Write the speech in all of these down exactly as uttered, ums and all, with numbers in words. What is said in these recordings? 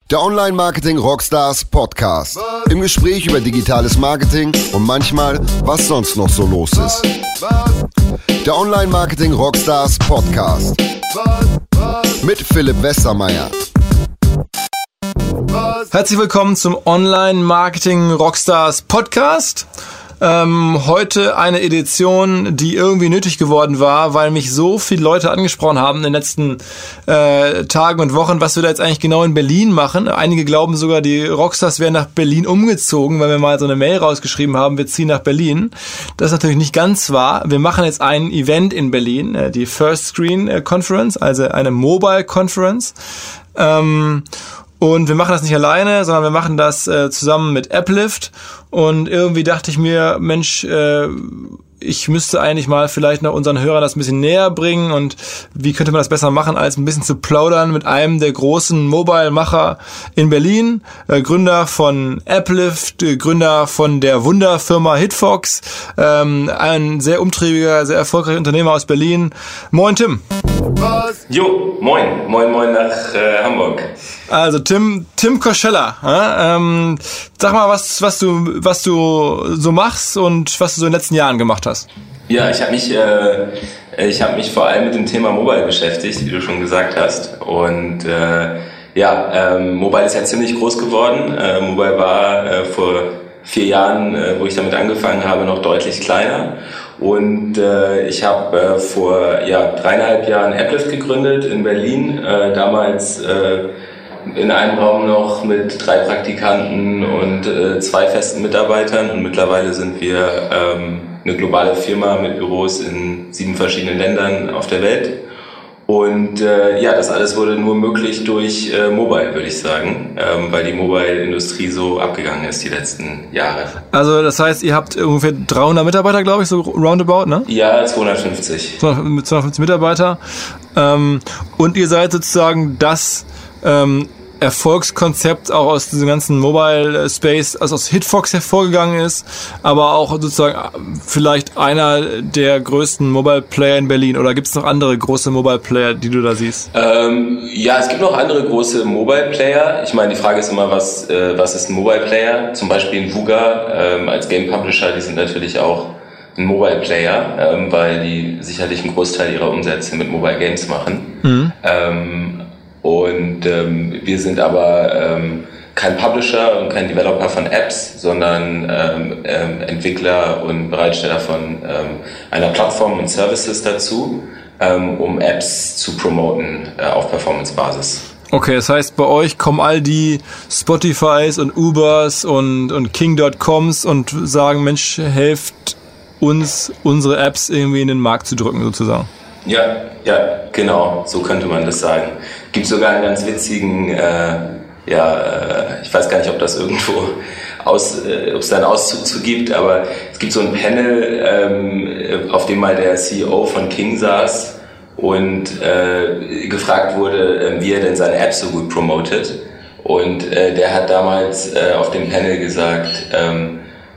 Der Online-Marketing-Rockstars Podcast. Im Gespräch über digitales Marketing und manchmal, was sonst noch so los ist. Der Online-Marketing-Rockstars Podcast. Mit Philipp Westermeier. Herzlich willkommen zum Online-Marketing-Rockstars Podcast. Ähm, heute eine Edition, die irgendwie nötig geworden war, weil mich so viele Leute angesprochen haben in den letzten äh, Tagen und Wochen, was wir da jetzt eigentlich genau in Berlin machen. Einige glauben sogar, die Rockstars wären nach Berlin umgezogen, weil wir mal so eine Mail rausgeschrieben haben, wir ziehen nach Berlin. Das ist natürlich nicht ganz wahr. Wir machen jetzt ein Event in Berlin, äh, die First Screen Conference, also eine Mobile Conference. Ähm, Und wir machen das nicht alleine, sondern wir machen das äh, zusammen mit Applift. Und irgendwie dachte ich mir, Mensch, äh, ich müsste eigentlich mal vielleicht noch unseren Hörern das ein bisschen näher bringen. Und wie könnte man das besser machen, als ein bisschen zu plaudern mit einem der großen Mobile-Macher in Berlin, äh, Gründer von Applift, äh, Gründer von der Wunderfirma Hitfox, ähm, ein sehr umtriebiger, sehr erfolgreicher Unternehmer aus Berlin. Moin, Tim. Jo, moin, moin, moin nach äh, Hamburg. Also Tim, Tim Koschella, ja, ähm, sag mal, was, was du, was du so machst und was du so in den letzten Jahren gemacht hast. Ja, ich habe mich, äh, ich habe mich vor allem mit dem Thema Mobile beschäftigt, wie du schon gesagt hast. Und äh, ja, ähm, Mobile ist ja ziemlich groß geworden. Äh, Mobile war äh, vor vier Jahren, äh, wo ich damit angefangen habe, noch deutlich kleiner. Und äh, ich habe äh, vor ja, dreieinhalb Jahren Applift gegründet in Berlin. Äh, damals äh, in einem Raum noch mit drei Praktikanten und äh, zwei festen Mitarbeitern. Und mittlerweile sind wir ähm, eine globale Firma mit Büros in sieben verschiedenen Ländern auf der Welt. Und äh, ja, das alles wurde nur möglich durch äh, Mobile, würde ich sagen, ähm, weil die Mobile-Industrie so abgegangen ist die letzten Jahre. Also das heißt, ihr habt ungefähr dreihundert Mitarbeiter, glaube ich, so roundabout, ne? Ja, zweihundertfünfzig. zweihundertfünfzig Mitarbeiter. Ähm, und ihr seid sozusagen das ähm, Erfolgskonzept auch aus diesem ganzen Mobile Space, also aus Hitfox hervorgegangen ist, aber auch sozusagen vielleicht einer der größten Mobile Player in Berlin. Oder gibt es noch andere große Mobile Player, die du da siehst? Ähm, ja, es gibt noch andere große Mobile Player. Ich meine, die Frage ist immer, was, äh, was ist ein Mobile Player? Zum Beispiel ein Vuga ähm, als Game Publisher, die sind natürlich auch ein Mobile Player, ähm, weil die sicherlich einen Großteil ihrer Umsätze mit Mobile Games machen. Mhm. Ähm, Und ähm, wir sind aber ähm, kein Publisher und kein Developer von Apps, sondern ähm, ähm, Entwickler und Bereitsteller von ähm, einer Plattform und Services dazu, ähm, um Apps zu promoten äh, auf Performance-Basis. Okay, das heißt, bei euch kommen all die Spotifys und Ubers und, und King Punkt coms und sagen, Mensch, helft uns, unsere Apps irgendwie in den Markt zu drücken, sozusagen. Ja, ja, genau, so könnte man das sagen. Gibt sogar einen ganz witzigen, äh, ja, äh, ich weiß gar nicht, ob das irgendwo aus, äh, ob es da einen Auszug zu gibt, aber es gibt so ein Panel, ähm, auf dem mal der C E O von King saß und äh, gefragt wurde, äh, wie er denn seine App so gut promotet. Und äh, der hat damals äh, auf dem Panel gesagt, ähm,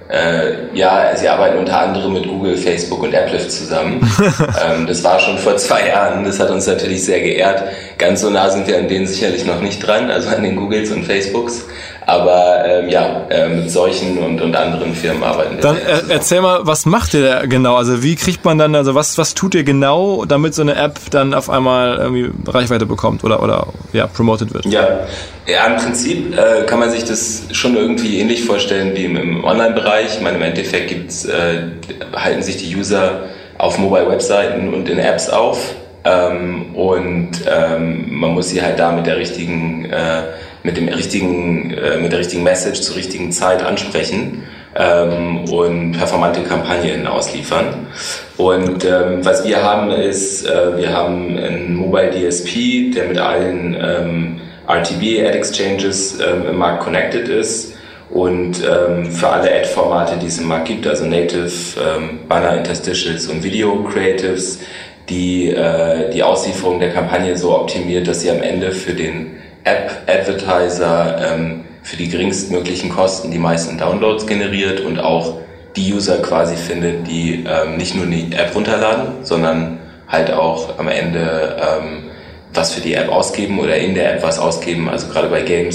Äh, ja, sie arbeiten unter anderem mit Google, Facebook und Applift zusammen. ähm, das war schon vor zwei Jahren. Das hat uns natürlich sehr geehrt. Ganz so nah sind wir an denen sicherlich noch nicht dran, also an den Googles und Facebooks. Aber ähm, ja, äh, mit solchen und, und anderen Firmen arbeiten wir. Dann er, erzähl mal, was macht ihr da genau? Also wie kriegt man dann, also was was tut ihr genau, damit so eine App dann auf einmal irgendwie Reichweite bekommt oder oder ja promoted wird? Ja, ja im Prinzip äh, kann man sich das schon irgendwie ähnlich vorstellen wie im, im Online-Bereich. Ich meine, im Endeffekt gibt's, äh, halten sich die User auf Mobile-Webseiten und in Apps auf ähm, und ähm, man muss sie halt da mit der richtigen äh, mit dem richtigen, äh, mit der richtigen Message zur richtigen Zeit ansprechen ähm, und performante Kampagnen ausliefern. Und ähm, was wir haben ist, äh, wir haben einen Mobile D S P, der mit allen ähm, R T B Ad Exchanges ähm, im Markt connected ist und ähm, für alle Ad-Formate, die es im Markt gibt, also Native, ähm, Banner, Interstitials und Video Creatives, die äh, die Auslieferung der Kampagne so optimiert, dass sie am Ende für den App-Advertiser ähm, für die geringstmöglichen Kosten die meisten Downloads generiert und auch die User quasi findet, die ähm, nicht nur die App runterladen, sondern halt auch am Ende ähm, was für die App ausgeben oder in der App was ausgeben. Also gerade bei Games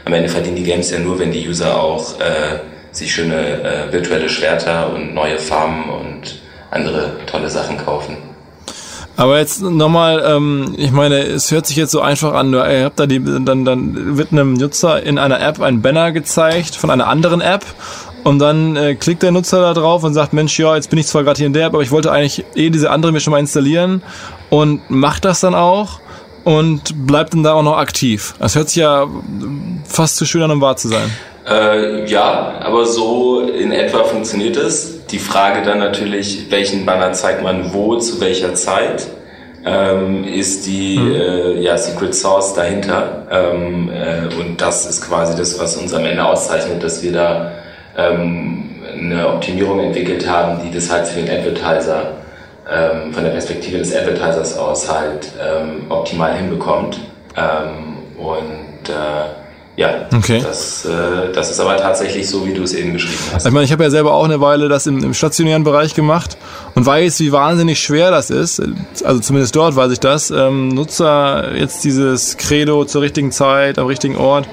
am Ende verdienen die Games ja nur, wenn die User auch äh, sich schöne äh, virtuelle Schwerter und neue Farben und andere tolle Sachen kaufen. Aber jetzt nochmal, ähm, ich meine, es hört sich jetzt so einfach an, du, ihr habt da die, dann, dann wird einem Nutzer in einer App ein Banner gezeigt von einer anderen App und dann äh, klickt der Nutzer da drauf und sagt, Mensch, ja, jetzt bin ich zwar gerade hier in der App, aber ich wollte eigentlich eh diese andere mir schon mal installieren und macht das dann auch und bleibt dann da auch noch aktiv. Das hört sich ja fast zu schön an, um wahr zu sein. Äh, ja, aber so in etwa funktioniert es. Die Frage dann natürlich, welchen Banner zeigt man wo, zu welcher Zeit, ähm, ist die mhm. äh, ja, Secret Source dahinter. Ähm, äh, und das ist quasi das, was uns am Ende auszeichnet, dass wir da ähm, eine Optimierung entwickelt haben, die das halt für den Advertiser ähm, von der Perspektive des Advertisers aus halt ähm, optimal hinbekommt. Ähm, und äh, Ja, okay. das, äh, das ist aber tatsächlich so, wie du es eben beschrieben hast. Ich meine, ich habe ja selber auch eine Weile das im, im stationären Bereich gemacht und weiß, wie wahnsinnig schwer das ist. Also zumindest dort weiß ich das. Ähm, Nutzer jetzt dieses Credo zur richtigen Zeit, am richtigen Ort,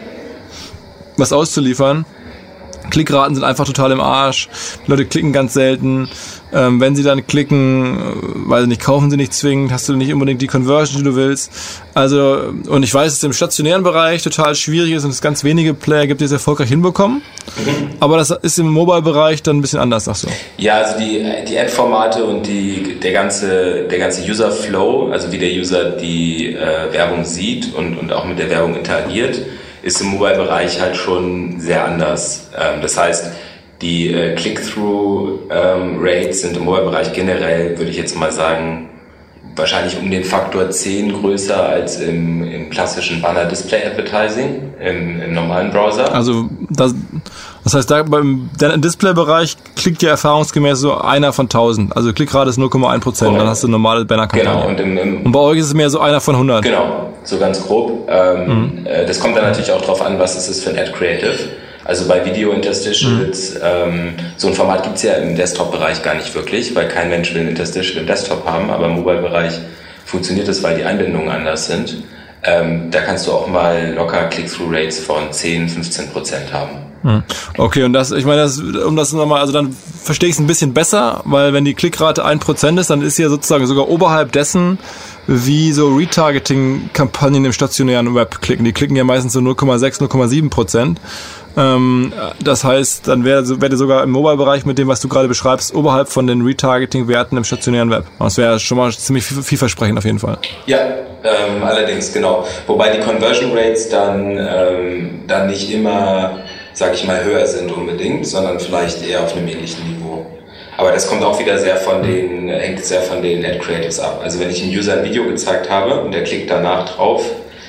was auszuliefern. Klickraten sind einfach total im Arsch. Die Leute klicken ganz selten. Ähm, wenn sie dann klicken, weiß ich nicht, kaufen sie nicht zwingend, hast du nicht unbedingt die Conversion, die du willst. Also, und ich weiß, dass es im stationären Bereich total schwierig ist und es ganz wenige Player gibt, die es erfolgreich hinbekommen. Mhm. Aber das ist im Mobile-Bereich dann ein bisschen anders, sagst du? Ja, also die, die App-Formate und die, der ganze, der ganze User-Flow, also wie der User die äh, Werbung sieht und, und auch mit der Werbung interagiert, ist im Mobile-Bereich halt schon sehr anders. Ähm, das heißt, die äh, Click-Through-Rates ähm, sind im Mobile-Bereich generell, würde ich jetzt mal sagen, wahrscheinlich um den Faktor zehn größer als im, im klassischen Banner-Display-Advertising, im, im normalen Browser. Also das, das heißt, da beim Display-Bereich klickt ja erfahrungsgemäß so einer von tausend. Also Klickrate ist null Komma eins Prozent, dann hast du normale Banner-Kampagne. Genau. Und, im, im, und bei euch ist es mehr so einer von hundert. Genau, so ganz grob. Ähm, mhm. äh, das kommt dann natürlich auch drauf an, was ist es für ein Ad-Creative. Also bei Video-Interstitials, mhm. ähm, so ein Format gibt's ja im Desktop-Bereich gar nicht wirklich, weil kein Mensch will ein Interstitial im Desktop haben, aber im Mobile-Bereich funktioniert es, weil die Einbindungen anders sind. Ähm, da kannst du auch mal locker Click-Through-Rates von zehn, fünfzehn Prozent haben. Mhm. Okay, und das, ich meine, das, um das nochmal, also dann verstehe ich es ein bisschen besser, weil wenn die Klickrate ein Prozent ist, dann ist sie ja sozusagen sogar oberhalb dessen, wie so Retargeting-Kampagnen im stationären Web klicken. Die klicken ja meistens so null Komma sechs, null Komma sieben Prozent. Ähm, das heißt, dann wäre wär sogar im Mobile-Bereich mit dem, was du gerade beschreibst, oberhalb von den Retargeting-Werten im stationären Web. Das wäre schon mal ziemlich vielversprechend auf jeden Fall. Ja, ähm, allerdings, genau. Wobei die Conversion Rates dann, ähm, dann nicht immer, sag ich mal, höher sind unbedingt, sondern vielleicht eher auf einem ähnlichen Niveau. Aber das kommt auch wieder sehr von den, hängt sehr von den Ad Creatives ab. Also wenn ich einem User ein Video gezeigt habe und der klickt danach drauf,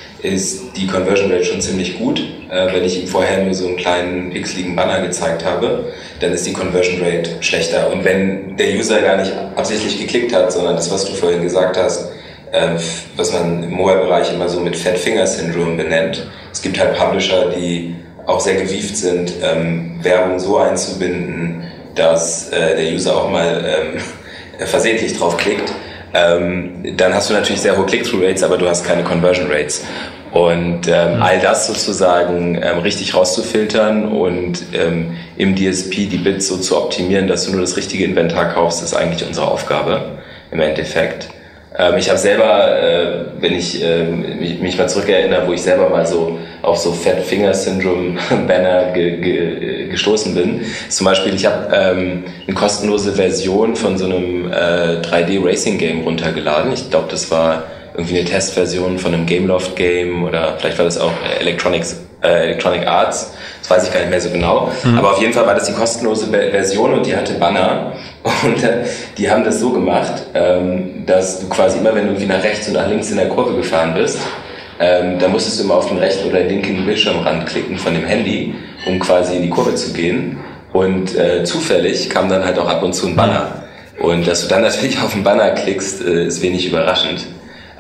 ist die Conversion Rate schon ziemlich gut. Äh, wenn ich ihm vorher nur so einen kleinen pixeligen Banner gezeigt habe, dann ist die Conversion Rate schlechter. Und wenn der User gar nicht absichtlich geklickt hat, sondern das, was du vorhin gesagt hast, äh, was man im Mobile-Bereich immer so mit Fat Finger Syndrome benennt. Es gibt halt Publisher, die auch sehr gewieft sind, ähm, Werbung so einzubinden, dass äh, der User auch mal ähm, versehentlich draufklickt. Ähm, dann hast du natürlich sehr hohe Click-Through-Rates, aber du hast keine Conversion-Rates. Und ähm, mhm. all das sozusagen ähm, richtig rauszufiltern und ähm, im D S P die Bits so zu optimieren, dass du nur das richtige Inventar kaufst, ist eigentlich unsere Aufgabe im Endeffekt. Ähm, ich habe selber, äh, wenn ich äh, mich, mich mal zurückerinnere, wo ich selber mal so auf so Fat Finger Syndrome Banner ge, ge, gestoßen bin. Zum Beispiel, ich habe ähm, eine kostenlose Version von so einem äh, drei D Racing Game runtergeladen. Ich glaube, das war irgendwie eine Testversion von einem Gameloft Game oder vielleicht war das auch Electronics, äh, Electronic Arts. Das weiß ich gar nicht mehr so genau. Mhm. Aber auf jeden Fall war das die kostenlose Version und die hatte Banner. Und äh, die haben das so gemacht, ähm, dass du quasi immer, wenn du irgendwie nach rechts und nach links in der Kurve gefahren bist, ähm, da musstest du immer auf den rechten oder linken Bildschirmrand klicken von dem Handy, um quasi in die Kurve zu gehen. Und äh, zufällig kam dann halt auch ab und zu ein Banner. Und dass du dann natürlich auf den Banner klickst, äh, ist wenig überraschend.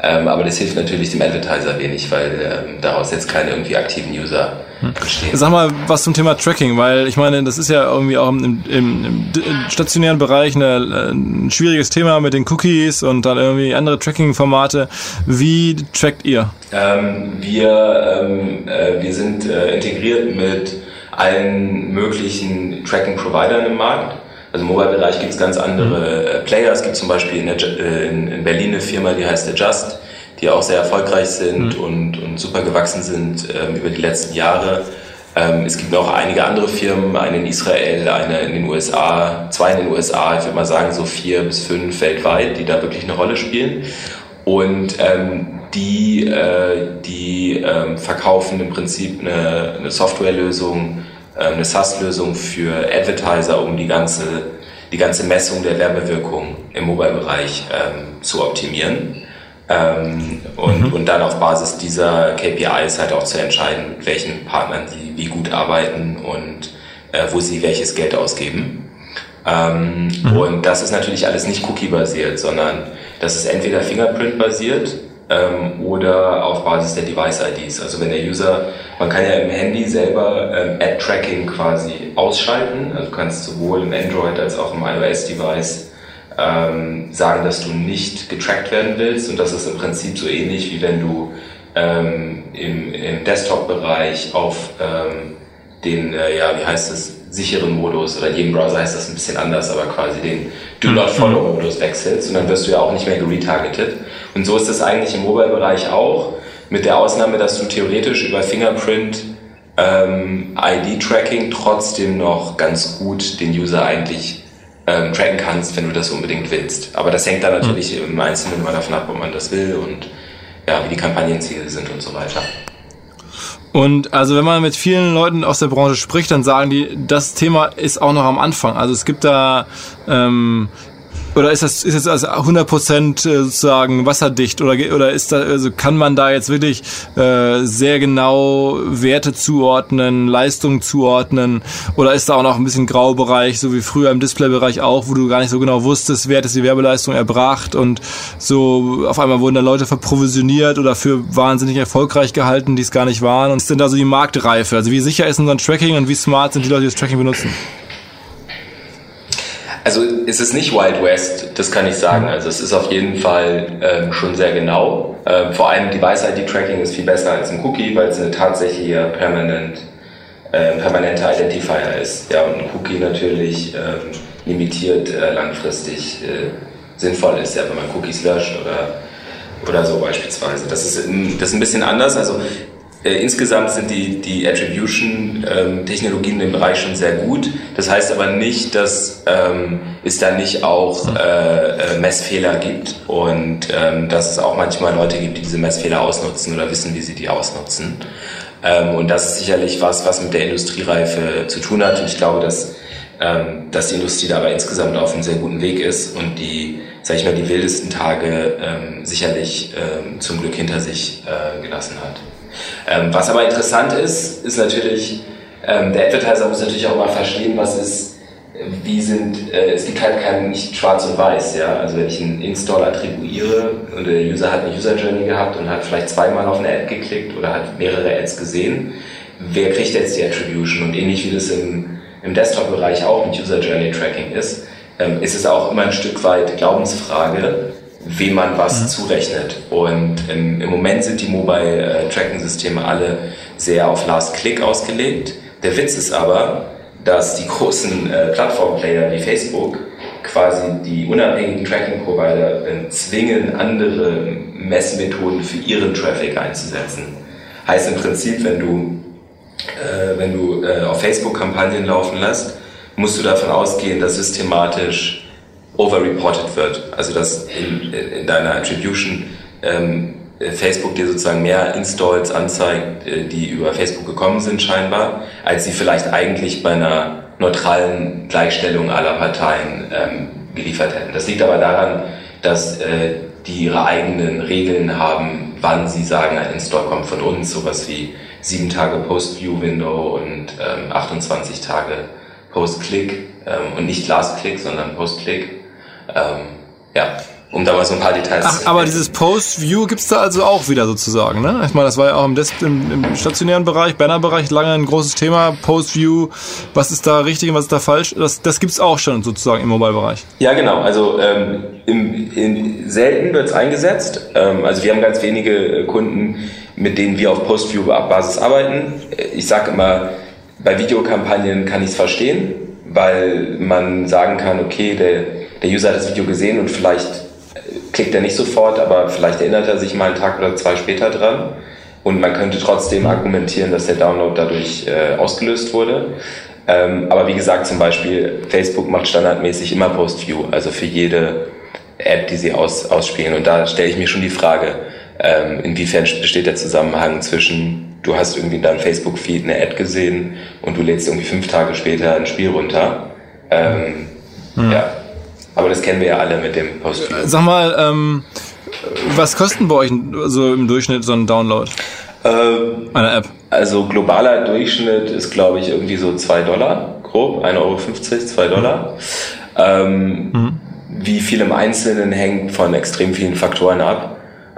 Ähm, aber das hilft natürlich dem Advertiser wenig, weil ähm, daraus jetzt keine irgendwie aktiven User entstehen. Sag mal was zum Thema Tracking, weil ich meine, das ist ja irgendwie auch im, im, im stationären Bereich eine, ein schwieriges Thema mit den Cookies und dann irgendwie andere Tracking-Formate. Wie trackt ihr? Ähm, wir, ähm, äh, wir sind äh, integriert mit allen möglichen Tracking-Providern im Markt. Also im Mobile-Bereich gibt es ganz andere äh, Player. Es gibt zum Beispiel in, der, äh, in, in Berlin eine Firma, die heißt Adjust, die auch sehr erfolgreich sind mhm. und, und super gewachsen sind ähm, über die letzten Jahre. Ähm, es gibt noch einige andere Firmen, eine in Israel, eine in den U S A, zwei in den U S A, ich würde mal sagen so vier bis fünf weltweit, die da wirklich eine Rolle spielen. Und ähm, die, äh, die ähm, verkaufen im Prinzip eine, eine Softwarelösung, eine SaaS-Lösung für Advertiser, um die ganze, die ganze Messung der Werbewirkung im Mobile-Bereich ähm, zu optimieren ähm, und, mhm. und dann auf Basis dieser K P Is halt auch zu entscheiden, mit welchen Partnern sie wie gut arbeiten und äh, wo sie welches Geld ausgeben. Ähm, mhm. Und das ist natürlich alles nicht Cookie-basiert, sondern das ist entweder Fingerprint-basiert ähm, oder auf Basis der Device-I Ds. Also wenn der User, man kann ja im Handy selber ähm, Ad-Tracking quasi ausschalten. Also du kannst sowohl im Android als auch im iOS-Device ähm, sagen, dass du nicht getrackt werden willst. Und das ist im Prinzip so ähnlich, wie wenn du ähm, im, im Desktop-Bereich auf ähm, den, äh, ja, wie heißt es, sicheren Modus, oder in jedem Browser heißt das ein bisschen anders, aber quasi den Do-Not-Follow-Modus wechselst und dann wirst du ja auch nicht mehr geretargetet. Und so ist das eigentlich im Mobile-Bereich auch, mit der Ausnahme, dass du theoretisch über Fingerprint ähm, I D-Tracking trotzdem noch ganz gut den User eigentlich ähm, tracken kannst, wenn du das unbedingt willst. Aber das hängt dann natürlich mhm. im Einzelnen immer davon ab, ob man das will und ja, wie die Kampagnenziele sind und so weiter. Und also wenn man mit vielen Leuten aus der Branche spricht, dann sagen die, das Thema ist auch noch am Anfang. Also es gibt da ähm, oder ist das ist jetzt also hundert Prozent sozusagen wasserdicht oder oder ist da also kann man da jetzt wirklich äh, sehr genau Werte zuordnen, Leistung zuordnen oder ist da auch noch ein bisschen Graubereich, so wie früher im Displaybereich auch, wo du gar nicht so genau wusstest, wer hat jetzt die Werbeleistung erbracht und so auf einmal wurden da Leute verprovisioniert oder für wahnsinnig erfolgreich gehalten, die es gar nicht waren und ist denn da so die Marktreife? Also wie sicher ist unser Tracking und wie smart sind die Leute, die das Tracking benutzen? Also es ist nicht Wild West, das kann ich sagen. Also es ist auf jeden Fall ähm, schon sehr genau. Ähm, vor allem Device-I D-Tracking ist viel besser als ein Cookie, weil es eine tatsächliche permanent, äh, permanente Identifier ist. Ja, und ein Cookie natürlich ähm, limitiert äh, langfristig äh, sinnvoll ist, ja, wenn man Cookies löscht oder, oder so beispielsweise. Das ist, das ist ein bisschen anders. Also Äh, insgesamt sind die, die Attribution-Technologien ähm, im Bereich schon sehr gut. Das heißt aber nicht, dass ähm, es da nicht auch äh, Messfehler gibt und ähm, dass es auch manchmal Leute gibt, die diese Messfehler ausnutzen oder wissen, wie sie die ausnutzen. Ähm, und das ist sicherlich was, was mit der Industriereife zu tun hat. Und ich glaube, dass, ähm, dass die Industrie dabei insgesamt auf einem sehr guten Weg ist und die, sag ich mal, die wildesten Tage ähm, sicherlich ähm, zum Glück hinter sich äh, gelassen hat. Ähm, was aber interessant ist, ist natürlich, ähm, der Advertiser muss natürlich auch mal verstehen, was ist, wie sind, äh, es gibt halt kein, nicht schwarz und weiß, ja, also wenn ich einen Install attribuiere und der User hat eine User Journey gehabt und hat vielleicht zweimal auf eine Ad geklickt oder hat mehrere Ads gesehen, wer kriegt jetzt die Attribution? Und ähnlich wie das im, im Desktop-Bereich auch mit User Journey Tracking ist, ähm, ist es auch immer ein Stück weit Glaubensfrage, wem man was mhm. zurechnet. Und im, im Moment sind die Mobile-Tracking-Systeme alle sehr auf Last-Click ausgelegt. Der Witz ist aber, dass die großen äh, Plattform-Player wie Facebook quasi die unabhängigen Tracking-Provider äh, zwingen, andere Messmethoden für ihren Traffic einzusetzen. Heißt im Prinzip, wenn du, äh, wenn du äh, auf Facebook Kampagnen laufen lässt, musst du davon ausgehen, dass systematisch overreported wird, also dass in, in deiner Attribution ähm, Facebook dir sozusagen mehr Installs anzeigt, äh, die über Facebook gekommen sind scheinbar, als sie vielleicht eigentlich bei einer neutralen Gleichstellung aller Parteien ähm, geliefert hätten. Das liegt aber daran, dass äh, die ihre eigenen Regeln haben, wann sie sagen, ein Install kommt von uns, sowas wie sieben Tage Post-View-Window und ähm, achtundzwanzig Tage Post-Click ähm, und nicht Last-Click, sondern Post-Click. Ähm, ja, um da mal so ein paar Details Ach, zu aber dieses Post-View gibt's da also auch wieder sozusagen, ne? Ich meine, das war ja auch im, Des- im, im stationären Bereich, Bannerbereich lange ein großes Thema. Post-View, was ist da richtig und was ist da falsch? Das, das gibt's auch schon sozusagen im Mobile-Bereich. Ja, genau. Also ähm, im, in, selten wird's eingesetzt. Ähm, also wir haben ganz wenige Kunden, mit denen wir auf Post-View-Basis arbeiten. Ich sage immer, bei Videokampagnen kann ich es verstehen, weil man sagen kann, okay, der, der User hat das Video gesehen und vielleicht klickt er nicht sofort, aber vielleicht erinnert er sich mal einen Tag oder zwei später dran. Und man könnte trotzdem argumentieren, dass der Download dadurch äh, ausgelöst wurde. Ähm, aber wie gesagt, zum Beispiel Facebook macht standardmäßig immer Post-View, also für jede App, die sie aus, ausspielen. Und da stelle ich mir schon die Frage, ähm, inwiefern besteht der Zusammenhang zwischen, du hast irgendwie in deinem Facebook-Feed eine Ad gesehen und du lädst irgendwie fünf Tage später ein Spiel runter. Ähm, hm. Ja. Aber das kennen wir ja alle mit dem Post-View. Sag mal, ähm, was kosten bei euch so im Durchschnitt so ein Download ähm, einer App? Also globaler Durchschnitt ist, glaube ich, irgendwie so zwei Dollar, grob, ein Euro fünfzig, zwei Dollar. Ähm, mhm. Wie viel im Einzelnen hängt von extrem vielen Faktoren ab.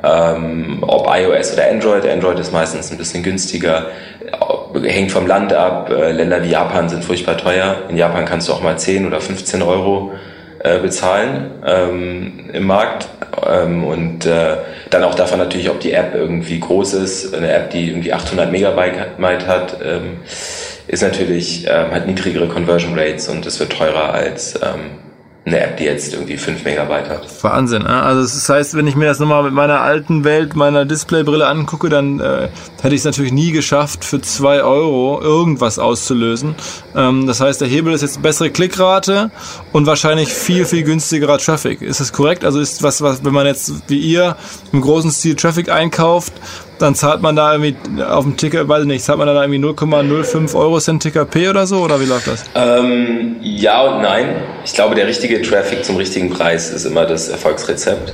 Ähm, ob iOS oder Android. Android ist meistens ein bisschen günstiger. Hängt vom Land ab. Äh, Länder wie Japan sind furchtbar teuer. In Japan kannst du auch mal zehn oder fünfzehn Euro bezahlen ähm, im Markt ähm, und äh, dann auch davon natürlich, ob die App irgendwie groß ist. Eine App, die irgendwie achthundert Megabyte hat, ähm, ist natürlich, ähm, hat niedrigere Conversion Rates und es wird teurer als ähm, eine App, die jetzt irgendwie fünf Megabyte hat. Wahnsinn, ne? Also das heißt, wenn ich mir das nochmal mit meiner alten Welt, meiner Displaybrille angucke, dann äh, hätte ich es natürlich nie geschafft, für zwei Euro irgendwas auszulösen. Ähm, das heißt, der Hebel ist jetzt bessere Klickrate und wahrscheinlich viel, viel günstigerer Traffic. Ist das korrekt? Also ist was, was, wenn man jetzt wie ihr im großen Stil Traffic einkauft, dann zahlt man da irgendwie auf dem Ticker, weiß ich nicht, zahlt man da irgendwie null Komma null fünf Euro Cent T K P oder so, oder wie läuft das? Ähm, ja und nein. Ich glaube, der richtige Traffic zum richtigen Preis ist immer das Erfolgsrezept.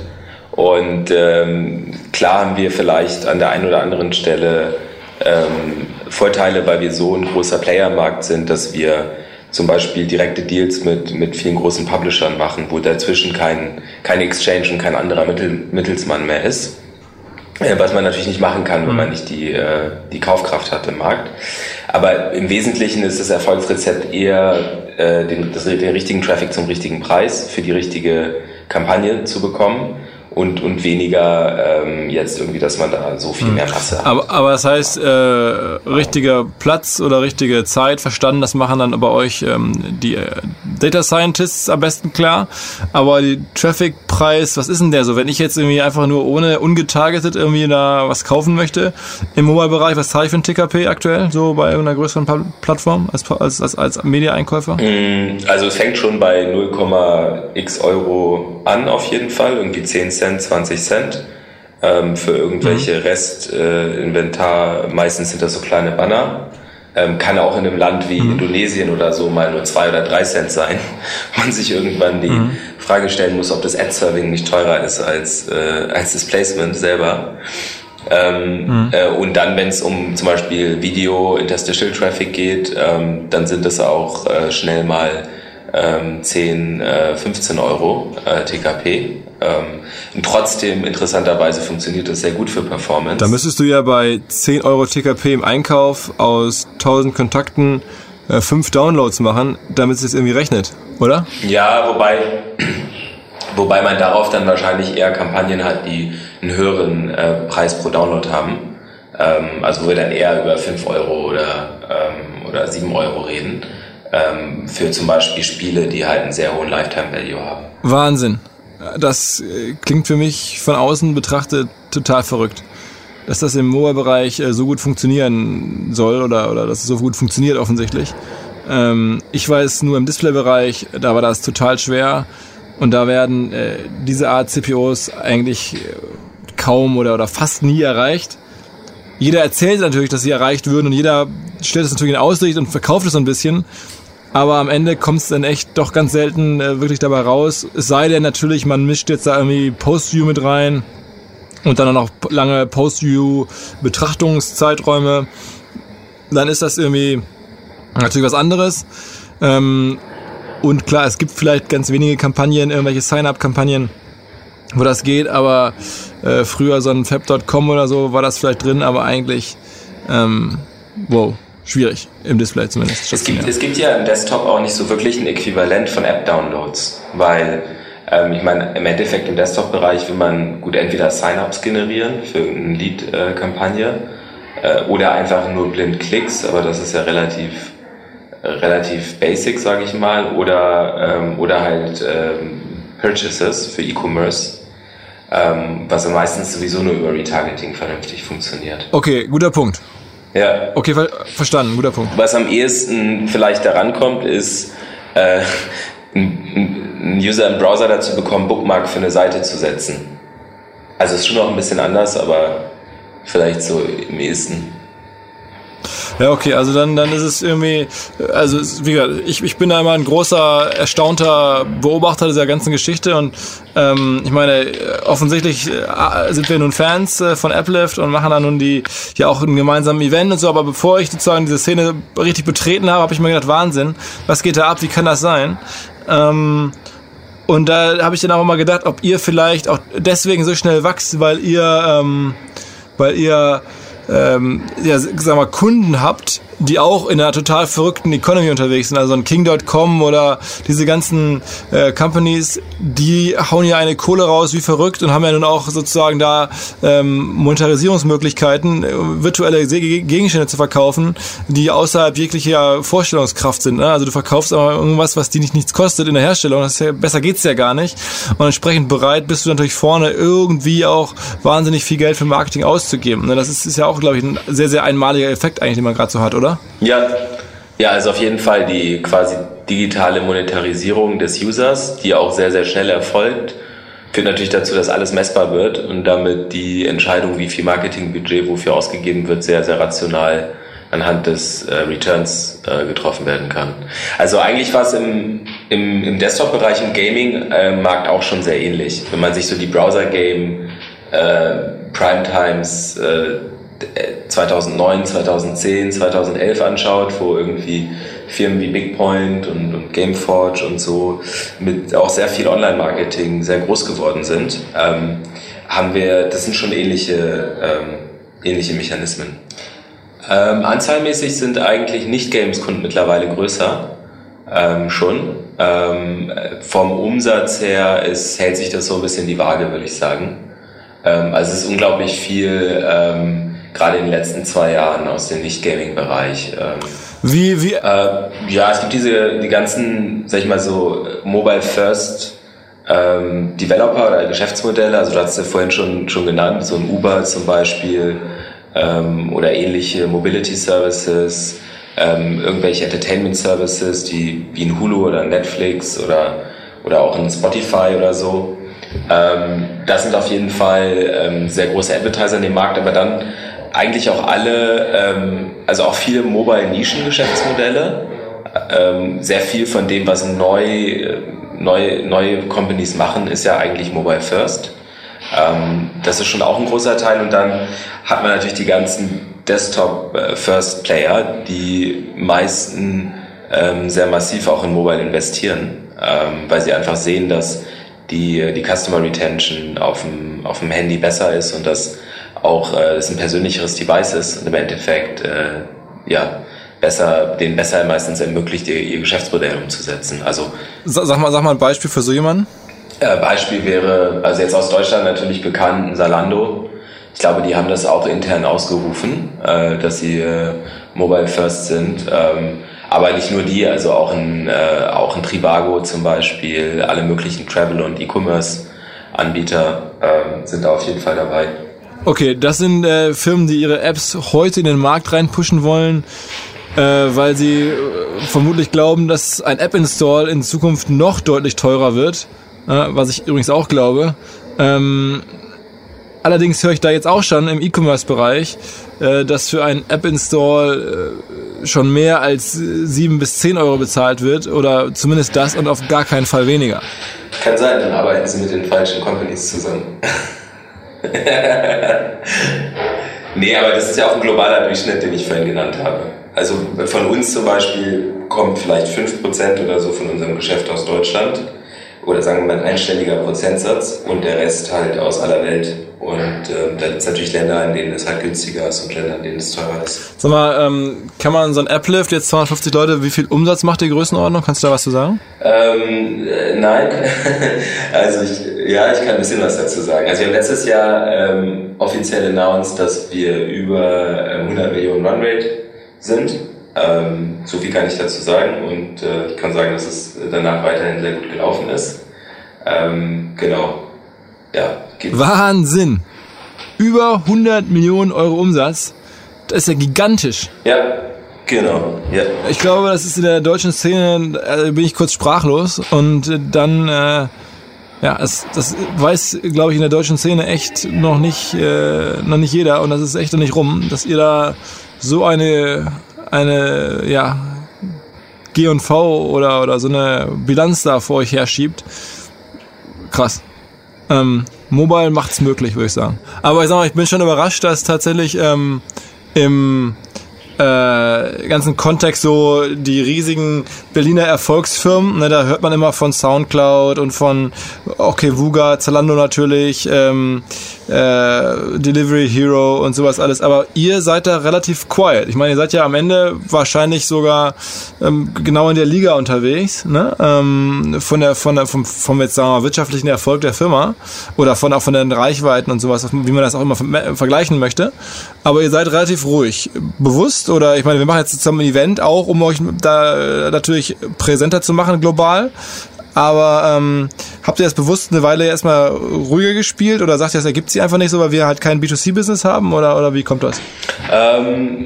Und ähm, klar haben wir vielleicht an der einen oder anderen Stelle ähm, Vorteile, weil wir so ein großer Player am Markt sind, dass wir zum Beispiel direkte Deals mit, mit vielen großen Publishern machen, wo dazwischen kein, keine Exchange und kein anderer Mittel, Mittelsmann mehr ist. Was man natürlich nicht machen kann, wenn man nicht die, äh, die Kaufkraft hat im Markt. Aber im Wesentlichen ist das Erfolgsrezept eher, äh, den, das, den richtigen Traffic zum richtigen Preis für die richtige Kampagne zu bekommen. Und, und weniger ähm, jetzt irgendwie, dass man da so viel mehr Masse hat. Aber, aber das heißt, äh, richtiger Platz oder richtige Zeit, verstanden, das machen dann bei euch ähm, die äh, Data Scientists am besten klar. Aber die Traffic-Preis, was ist denn der so? Wenn ich jetzt irgendwie einfach nur ohne, ungetargetet irgendwie da was kaufen möchte, im Mobile-Bereich, was zahle ich für ein T K P aktuell, so bei irgendeiner größeren pa- Plattform als, als, als, als Media-Einkäufer? Also es fängt schon bei null Komma x Euro an auf jeden Fall, irgendwie zehn Cent, zwanzig Cent ähm, für irgendwelche mhm. Restinventar. Äh, Meistens sind das so kleine Banner. Ähm, kann auch in einem Land wie mhm. Indonesien oder so mal nur zwei oder drei Cent sein. Man sich irgendwann die mhm. Frage stellen muss, ob das Ad-Serving nicht teurer ist als, äh, als das Placement selber. Ähm, mhm. äh, und dann, wenn es um zum Beispiel Video, Interstitial Traffic geht, ähm, dann sind das auch äh, schnell mal ähm, zehn, fünfzehn Euro äh, T K P. Ähm, und trotzdem, interessanterweise, funktioniert das sehr gut für Performance. Da müsstest du ja bei zehn Euro T K P im Einkauf aus tausend Kontakten äh, fünf Downloads machen, damit es jetzt irgendwie rechnet, oder? Ja, wobei, wobei man darauf dann wahrscheinlich eher Kampagnen hat, die einen höheren äh, Preis pro Download haben. Ähm, also wo wir dann eher über fünf Euro oder, ähm, oder sieben Euro reden. Ähm, für zum Beispiel Spiele, die halt einen sehr hohen Lifetime-Value haben. Wahnsinn. Das klingt für mich von außen betrachtet total verrückt. Dass das im Mobile-Bereich so gut funktionieren soll oder, oder dass es so gut funktioniert offensichtlich. Ähm, ich weiß nur im Display-Bereich, da war das total schwer und da werden äh, diese Art C P Os eigentlich kaum oder, oder fast nie erreicht. Jeder erzählt natürlich, dass sie erreicht würden und jeder stellt es natürlich in Aussicht und verkauft es so ein bisschen. Aber am Ende kommt es dann echt doch ganz selten äh, wirklich dabei raus. Es sei denn natürlich, man mischt jetzt da irgendwie Post-View mit rein und dann auch noch lange Post-View-Betrachtungszeiträume. Dann ist das irgendwie natürlich was anderes. Ähm, und klar, es gibt vielleicht ganz wenige Kampagnen, irgendwelche Sign-up-Kampagnen, wo das geht, aber äh, früher so ein Fab Punkt com oder so war das vielleicht drin, aber eigentlich, ähm, wow, schwierig, im Display zumindest. Es gibt, es gibt ja im Desktop auch nicht so wirklich ein Äquivalent von App-Downloads, weil ähm, ich meine, im Endeffekt im Desktop-Bereich will man gut entweder Sign-ups generieren für eine Lead-Kampagne äh, oder einfach nur blind Klicks, aber das ist ja relativ relativ basic, sage ich mal, oder ähm, oder halt ähm, Purchases für E-Commerce, ähm, was meistens sowieso nur über Retargeting vernünftig funktioniert. Okay, guter Punkt. Ja. Okay, ver- verstanden, guter Punkt. Was am ehesten vielleicht daran kommt, ist äh, einen User im Browser dazu bekommen, Bookmark für eine Seite zu setzen. Also ist schon noch ein bisschen anders, aber vielleicht so im ehesten. Ja, okay, also dann, dann ist es irgendwie, also wie gesagt, ich, ich bin da immer ein großer, erstaunter Beobachter dieser ganzen Geschichte und ähm, ich meine, offensichtlich äh, sind wir nun Fans äh, von Applift und machen da nun die, ja auch ein gemeinsames Event und so, aber bevor ich sozusagen diese Szene richtig betreten habe, habe ich mir gedacht, Wahnsinn, was geht da ab, wie kann das sein? Ähm, und da habe ich dann auch mal gedacht, ob ihr vielleicht auch deswegen so schnell wächst, weil ihr, ähm, weil ihr Ähm, ja, sag mal, Kunden habt, die auch in einer total verrückten Economy unterwegs sind, also ein King Punkt com oder diese ganzen äh, Companies, die hauen ja eine Kohle raus wie verrückt und haben ja nun auch sozusagen da ähm, Monetarisierungsmöglichkeiten, äh, virtuelle Gegenstände zu verkaufen, die außerhalb jeglicher Vorstellungskraft sind. Ne? Also du verkaufst aber irgendwas, was die nicht nichts kostet in der Herstellung, das ist ja, besser geht's ja gar nicht. Und entsprechend bereit bist du natürlich vorne irgendwie auch wahnsinnig viel Geld für Marketing auszugeben. Ne? Das ist, ist ja auch, glaube ich, ein sehr, sehr einmaliger Effekt eigentlich, den man gerade so hat, oder? Ja, ja, also auf jeden Fall die quasi digitale Monetarisierung des Users, die auch sehr, sehr schnell erfolgt, führt natürlich dazu, dass alles messbar wird und damit die Entscheidung, wie viel Marketingbudget wofür ausgegeben wird, sehr, sehr rational anhand des äh, Returns äh, getroffen werden kann. Also eigentlich war es im, im, im Desktop-Bereich, im Gaming-Markt äh, auch schon sehr ähnlich. Wenn man sich so die Browser-Game äh, Primetimes äh, zweitausendneun, zweitausendzehn, zweitausendelf anschaut, wo irgendwie Firmen wie BigPoint und, und Gameforge und so mit auch sehr viel Online-Marketing sehr groß geworden sind, ähm, haben wir, das sind schon ähnliche, ähm, ähnliche Mechanismen. Ähm, anzahlmäßig sind eigentlich Nicht-Games-Kunden mittlerweile größer, ähm, schon. Ähm, vom Umsatz her ist, hält sich das so ein bisschen die Waage, würde ich sagen. Ähm, also es ist unglaublich viel, ähm, gerade in den letzten zwei Jahren aus dem Nicht-Gaming-Bereich. Ähm, wie, wie? Äh, ja, es gibt diese, die ganzen, sag ich mal so, Mobile-First ähm, Developer oder Geschäftsmodelle, also du hast ja vorhin schon, schon genannt, so ein Uber zum Beispiel, ähm, oder ähnliche Mobility-Services, ähm, irgendwelche Entertainment-Services, die, wie ein Hulu oder ein Netflix oder, oder auch ein Spotify oder so. Ähm, das sind auf jeden Fall ähm, sehr große Advertiser in dem Markt, aber dann eigentlich auch alle, ähm, also auch viele Mobile-Nischen-Geschäftsmodelle, ähm, sehr viel von dem, was neu, neu, neue Companies machen, ist ja eigentlich Mobile First. Ähm, das ist schon auch ein großer Teil und dann hat man natürlich die ganzen Desktop-First-Player, die meisten ähm, sehr massiv auch in Mobile investieren, ähm, weil sie einfach sehen, dass die, die Customer Retention auf dem, auf dem Handy besser ist und dass auch äh, es ein persönlicheres Device ist und im Endeffekt äh, ja, besser, denen besser meistens ermöglicht, ihr, ihr Geschäftsmodell umzusetzen. Also, sag mal, sag mal ein Beispiel für so jemanden. Äh, Beispiel wäre, also jetzt aus Deutschland natürlich bekannt, Zalando. Ich glaube, die haben das auch intern ausgerufen, äh, dass sie äh, Mobile First sind. Ähm, aber nicht nur die, also auch ein, äh, auch ein Trivago zum Beispiel, alle möglichen Travel- und E-Commerce-Anbieter äh, sind da auf jeden Fall dabei. Okay, das sind äh, Firmen, die ihre Apps heute in den Markt reinpushen wollen, äh, weil sie äh, vermutlich glauben, dass ein App-Install in Zukunft noch deutlich teurer wird, äh, was ich übrigens auch glaube. Ähm, allerdings höre ich da jetzt auch schon im E-Commerce-Bereich, äh, dass für einen App-Install äh, schon mehr als sieben bis zehn Euro bezahlt wird oder zumindest das und auf gar keinen Fall weniger. Kann sein, dann arbeiten sie mit den falschen Companies zusammen. Nee, aber das ist ja auch ein globaler Durchschnitt, den ich vorhin genannt habe. Also von uns zum Beispiel kommt vielleicht fünf Prozent oder so von unserem Geschäft aus Deutschland. oder sagen wir mal ein einstelliger Prozentsatz und der Rest halt aus aller Welt. Und äh, da gibt es natürlich Länder, in denen es halt günstiger ist und Länder, in denen es teurer ist. Sag mal, ähm, kann man so ein App-Lift, jetzt zweihundertfünfzig Leute, wie viel Umsatz macht die Größenordnung? Kannst du da was zu sagen? Ähm, äh, nein, also ich, ja, ich kann ein bisschen was dazu sagen. Also wir haben letztes Jahr ähm, offiziell announced, dass wir über äh, hundert Millionen Runrate sind. Ähm, so viel kann ich dazu sagen und äh, ich kann sagen, dass es danach weiterhin sehr gut gelaufen ist. Ähm, genau. Ja. Wahnsinn! Über hundert Millionen Euro Umsatz. Das ist ja gigantisch. Ja, genau. Ja. Ich glaube, das ist in der deutschen Szene, äh, bin ich kurz sprachlos und äh, dann, äh, ja, es, das weiß, glaube ich, in der deutschen Szene echt noch nicht, äh, noch nicht jeder und das ist echt noch nicht rum, dass ihr da so eine, eine, ja, G und V oder, oder so eine Bilanz da vor euch herschiebt. Krass. Ähm, Mobile macht's möglich, würde ich sagen. Aber ich sag mal, ich bin schon überrascht, dass tatsächlich ähm, im äh, ganzen Kontext so die riesigen Berliner Erfolgsfirmen, ne, da hört man immer von Soundcloud und von okay, Vuga, Zalando natürlich, ähm, äh, Delivery Hero und sowas alles, aber ihr seid da relativ quiet. Ich meine, ihr seid ja am Ende wahrscheinlich sogar ähm, genau in der Liga unterwegs, ne? Ähm, von der, von der, vom, vom jetzt sagen wir mal, wirtschaftlichen Erfolg der Firma oder von auch von den Reichweiten und sowas, wie man das auch immer vergleichen möchte. Aber ihr seid relativ ruhig. Bewusst oder, ich meine, wir machen jetzt zusammen ein Event auch, um euch da natürlich präsenter zu machen global. Aber ähm, habt ihr das bewusst eine Weile erstmal ruhiger gespielt oder sagt ihr, das ergibt sich einfach nicht so, weil wir halt kein B zwei C Business haben oder oder wie kommt das? Ähm,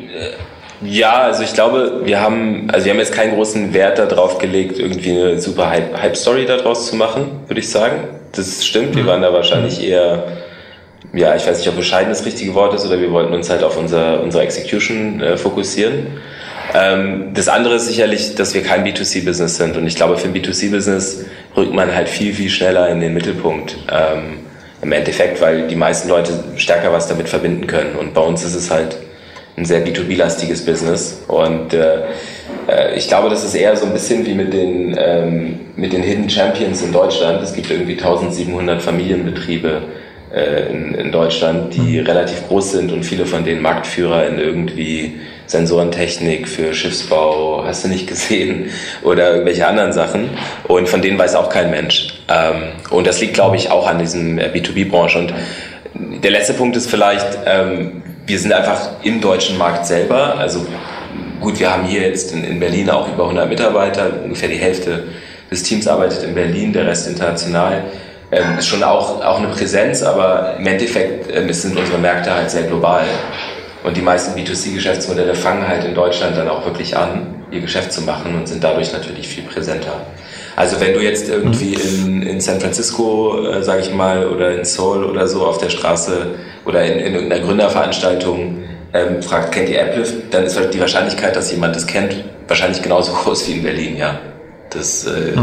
ja, also ich glaube, wir haben also wir haben jetzt keinen großen Wert darauf gelegt, irgendwie eine super Hype, Hype-Story daraus zu machen, würde ich sagen. Das stimmt, wir waren da wahrscheinlich eher, ja, ich weiß nicht, ob bescheiden das richtige Wort ist oder wir wollten uns halt auf unser, unsere Execution äh, fokussieren. Ähm, das andere ist sicherlich, dass wir kein B zwei C Business sind und ich glaube, für ein B zwei C Business rückt man halt viel, viel schneller in den Mittelpunkt. Ähm, im Endeffekt, weil die meisten Leute stärker was damit verbinden können und bei uns ist es halt ein sehr B zwei B-lastiges Business und äh, äh, ich glaube, das ist eher so ein bisschen wie mit den, ähm, mit den Hidden Champions in Deutschland. Es gibt irgendwie eintausendsiebenhundert Familienbetriebe äh, in, in Deutschland, die relativ groß sind und viele von denen Marktführer in irgendwie Sensorentechnik für Schiffsbau, hast du nicht gesehen, oder irgendwelche anderen Sachen. Und von denen weiß auch kein Mensch. Ähm, und das liegt, glaube ich, auch an diesem B zwei B-Branche. Und der letzte Punkt ist vielleicht, ähm, wir sind einfach im deutschen Markt selber. Also gut, wir haben hier jetzt in, in Berlin auch über hundert Mitarbeiter, ungefähr die Hälfte des Teams arbeitet in Berlin, der Rest international. Ähm, ist schon auch, auch eine Präsenz, aber im Endeffekt ähm, sind unsere Märkte halt sehr global. Und die meisten B zwei C-Geschäftsmodelle fangen halt in Deutschland dann auch wirklich an, ihr Geschäft zu machen und sind dadurch natürlich viel präsenter. Also wenn du jetzt irgendwie in, in San Francisco, äh, sage ich mal, oder in Seoul oder so auf der Straße oder in, in irgendeiner Gründerveranstaltung ähm, fragt, kennt ihr Applift, dann ist die Wahrscheinlichkeit, dass jemand das kennt, wahrscheinlich genauso groß wie in Berlin, ja. Das, äh,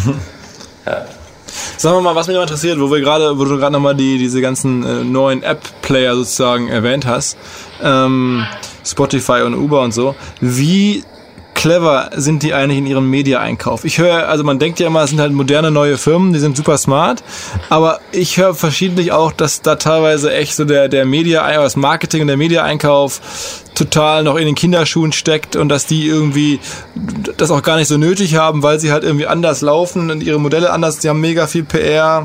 ja. Sagen wir mal, was mich noch interessiert, wo wir gerade, wo du gerade nochmal die, diese ganzen äh, neuen App-Player sozusagen erwähnt hast, ähm, Spotify und Uber und so, wie clever sind die eigentlich in ihrem Media-Einkauf? Ich höre, also man denkt ja immer, es sind halt moderne neue Firmen, die sind super smart, aber ich höre verschiedentlich auch, dass da teilweise echt so der, der Media, das Marketing und der Media-Einkauf total noch in den Kinderschuhen steckt und dass die irgendwie das auch gar nicht so nötig haben, weil sie halt irgendwie anders laufen und ihre Modelle anders, die haben mega viel P R,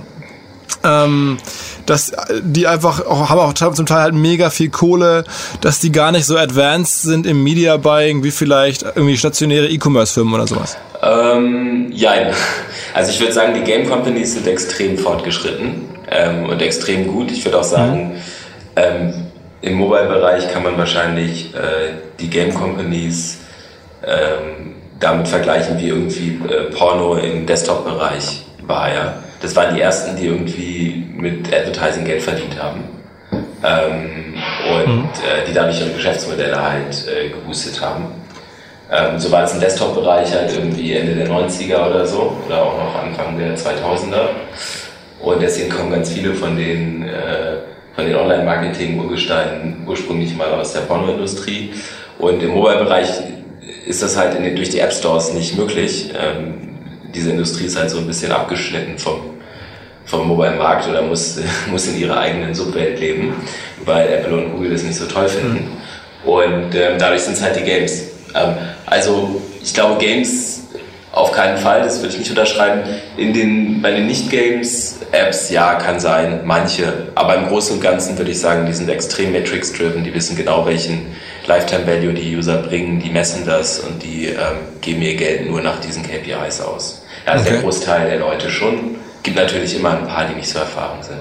ähm, dass die einfach auch, haben auch zum Teil halt mega viel Kohle, dass die gar nicht so advanced sind im Media Buying wie vielleicht irgendwie stationäre E-Commerce-Firmen oder sowas. Ähm, ja, also ich würde sagen, die Game Companies sind extrem fortgeschritten ähm, und extrem gut. Ich würde auch sagen, mhm. ähm, im Mobile-Bereich kann man wahrscheinlich äh, die Game Companies ähm, damit vergleichen, wie irgendwie äh, Porno im Desktop-Bereich war, ja. Das waren die ersten, die irgendwie mit Advertising Geld verdient haben ähm, und mhm. äh, die dadurch ihre Geschäftsmodelle halt äh, geboostet haben. Ähm, so war es im Desktop-Bereich halt irgendwie Ende der neunziger oder so oder auch noch Anfang der zweitausender und deswegen kommen ganz viele von den, äh, von den Online-Marketing-Urgesteinen ursprünglich mal aus der Pornoindustrie und im Mobile-Bereich ist das halt in den, durch die App-Stores nicht möglich. Ähm, diese Industrie ist halt so ein bisschen abgeschnitten vom, vom Mobile-Markt oder muss, muss in ihrer eigenen Subwelt leben, weil Apple und Google das nicht so toll finden. Mhm. Und ähm, dadurch sind es halt die Games. Ähm, also ich glaube, Games auf keinen Fall, das würde ich nicht unterschreiben. In den, bei den Nicht-Games-Apps, ja, kann sein, manche. Aber im Großen und Ganzen würde ich sagen, die sind extrem Metrics-driven, die wissen genau, welchen Lifetime-Value die User bringen, die messen das und die ähm, geben ihr Geld nur nach diesen K P Is aus. Also okay. Der Großteil der Leute schon. Gibt natürlich immer ein paar, die nicht so erfahren sind.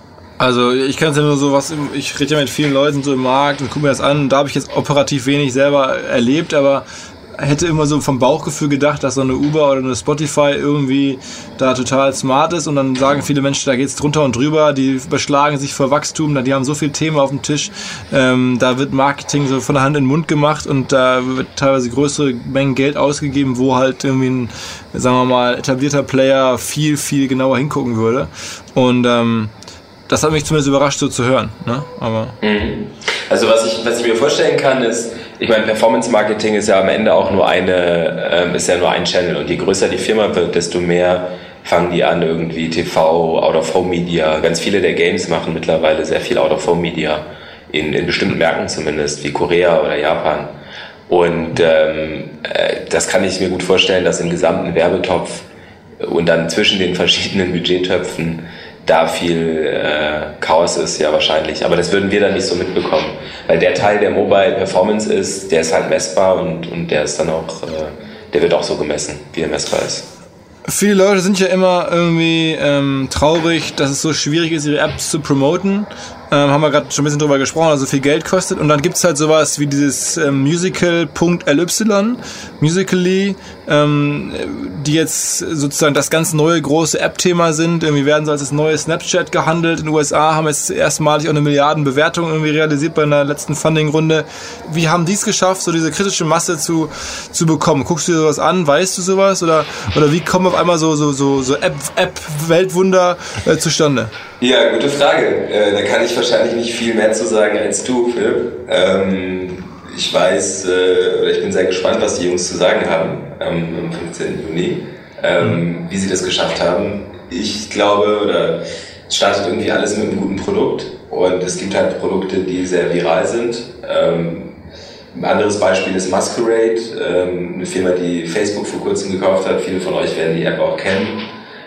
Also ich kann es ja nur so was, ich rede ja mit vielen Leuten so im Markt und gucke mir das an. Da habe ich jetzt operativ wenig selber erlebt, aber hätte immer so vom Bauchgefühl gedacht, dass so eine Uber oder eine Spotify irgendwie da total smart ist und dann sagen viele Menschen, da geht's drunter und drüber, die beschlagen sich vor Wachstum, die haben so viele Themen auf dem Tisch, ähm, da wird Marketing so von der Hand in den Mund gemacht und da wird teilweise größere Mengen Geld ausgegeben, wo halt irgendwie ein, sagen wir mal, etablierter Player viel, viel genauer hingucken würde und ähm, das hat mich zumindest überrascht, so zu hören. Ne? Aber mhm. Also was ich, was ich mir vorstellen kann, ist, ich meine, Performance-Marketing ist ja am Ende auch nur eine, ähm, ist ja nur ein Channel und je größer die Firma wird, desto mehr fangen die an, irgendwie T V, Out-of-Home-Media. Ganz viele der Games machen mittlerweile sehr viel Out-of-Home-Media, in, in bestimmten Märkten zumindest, wie Korea oder Japan. Und ähm, äh, das kann ich mir gut vorstellen, dass im gesamten Werbetopf und dann zwischen den verschiedenen Budgettöpfen da viel äh, Chaos ist, ja wahrscheinlich. Aber das würden wir dann nicht so mitbekommen. Weil der Teil, der Mobile Performance ist, der ist halt messbar und, und der ist dann auch, äh, der wird auch so gemessen, wie er messbar ist. Viele Leute sind ja immer irgendwie ähm, traurig, dass es so schwierig ist, ihre Apps zu promoten. Ähm, haben wir gerade schon ein bisschen drüber gesprochen, also viel Geld kostet. Und dann gibt's halt sowas wie dieses ähm, Musical.ly, Musical.ly, ähm, die jetzt sozusagen das ganz neue große App-Thema sind. Irgendwie werden sie als das neue Snapchat gehandelt. In den U S A haben jetzt erstmalig auch eine Milliardenbewertung irgendwie realisiert bei einer letzten Funding-Runde. Wie haben die es geschafft, so diese kritische Masse zu zu bekommen? Guckst du dir sowas an? Weißt du sowas? Oder oder wie kommen auf einmal so so so so App-Weltwunder App äh, zustande? Ja, gute Frage. Äh, da kann ich wahrscheinlich nicht viel mehr zu sagen als du, Philipp. Ähm, ich weiß, äh, oder ich bin sehr gespannt, was die Jungs zu sagen haben ähm, am fünfzehnten Juni, ähm, mhm. wie sie das geschafft haben. Ich glaube, oder es startet irgendwie alles mit einem guten Produkt und es gibt halt Produkte, die sehr viral sind. Ähm, ein anderes Beispiel ist Masquerade, ähm, eine Firma, die Facebook vor kurzem gekauft hat. Viele von euch werden die App auch kennen.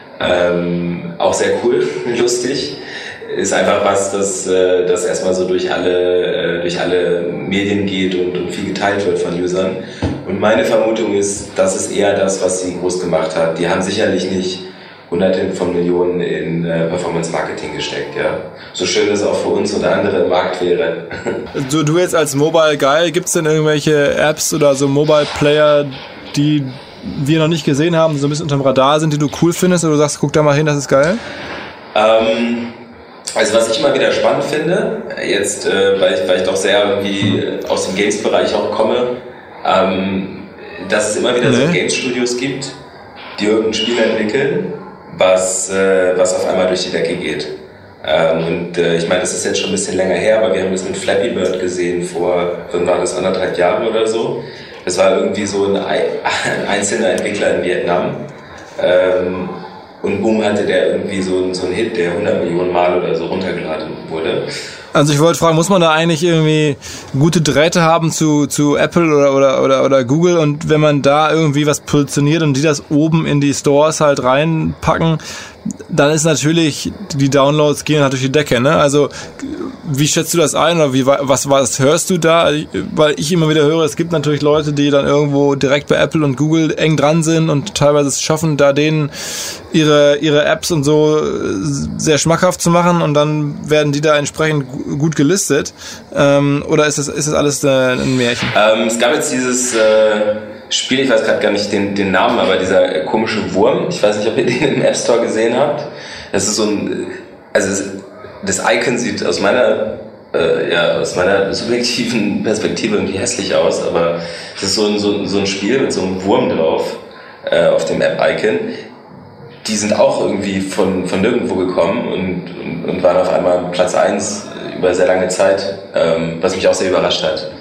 Ähm, auch sehr cool, lustig. Ist einfach was, das, äh, das erstmal so durch alle, äh, durch alle Medien geht und, und viel geteilt wird von Usern. Und meine Vermutung ist, das ist eher das, was sie groß gemacht hat. Die haben sicherlich nicht Hunderte von Millionen in äh, Performance-Marketing gesteckt, ja. So schön das auch für uns oder andere im Markt wäre. Du, du jetzt als Mobile Guy, gibt's denn irgendwelche Apps oder so Mobile Player, die wir noch nicht gesehen haben, so ein bisschen unterm Radar sind, die du cool findest oder du sagst, guck da mal hin, das ist geil? Ähm, also was ich immer wieder spannend finde, jetzt, äh, weil, ich, weil ich doch sehr irgendwie aus dem Games-Bereich auch komme, ähm, dass es immer wieder nee. so Games-Studios gibt, die irgendein Spiel entwickeln, was, äh, was auf einmal durch die Decke geht. Ähm, und äh, ich meine, das ist jetzt schon ein bisschen länger her, aber wir haben das mit Flappy Bird gesehen vor, wann war das, anderthalb Jahren oder so. Das war irgendwie so ein, ein einzelner Entwickler in Vietnam. Ähm, und boom, hatte der irgendwie so, so einen Hit, der hundert Millionen Mal oder so runtergeladen wurde. Also ich wollte fragen, muss man da eigentlich irgendwie gute Drähte haben zu, zu Apple oder, oder, oder, oder Google und wenn man da irgendwie was positioniert und die das oben in die Stores halt reinpacken, dann ist natürlich, die Downloads gehen halt durch die Decke, ne? Also wie schätzt du das ein oder wie, was, was hörst du da? Weil ich immer wieder höre, es gibt natürlich Leute, die dann irgendwo direkt bei Apple und Google eng dran sind und teilweise es schaffen, da denen ihre, ihre Apps und so sehr schmackhaft zu machen und dann werden die da entsprechend gut gelistet. Ähm, oder ist das, ist das alles ein Märchen? Ähm, es gab jetzt dieses äh, Spiel, ich weiß gerade gar nicht den, den Namen, aber dieser komische Wurm, ich weiß nicht, ob ihr den im App Store gesehen habt. Das ist so ein, also das Icon sieht aus meiner, äh, ja, aus meiner subjektiven Perspektive irgendwie hässlich aus, aber es ist so ein, so, so ein Spiel mit so einem Wurm drauf, äh, auf dem App-Icon. Die sind auch irgendwie von, von nirgendwo gekommen und, und, und waren auf einmal Platz eins über sehr lange Zeit, ähm, was mich auch sehr überrascht hat.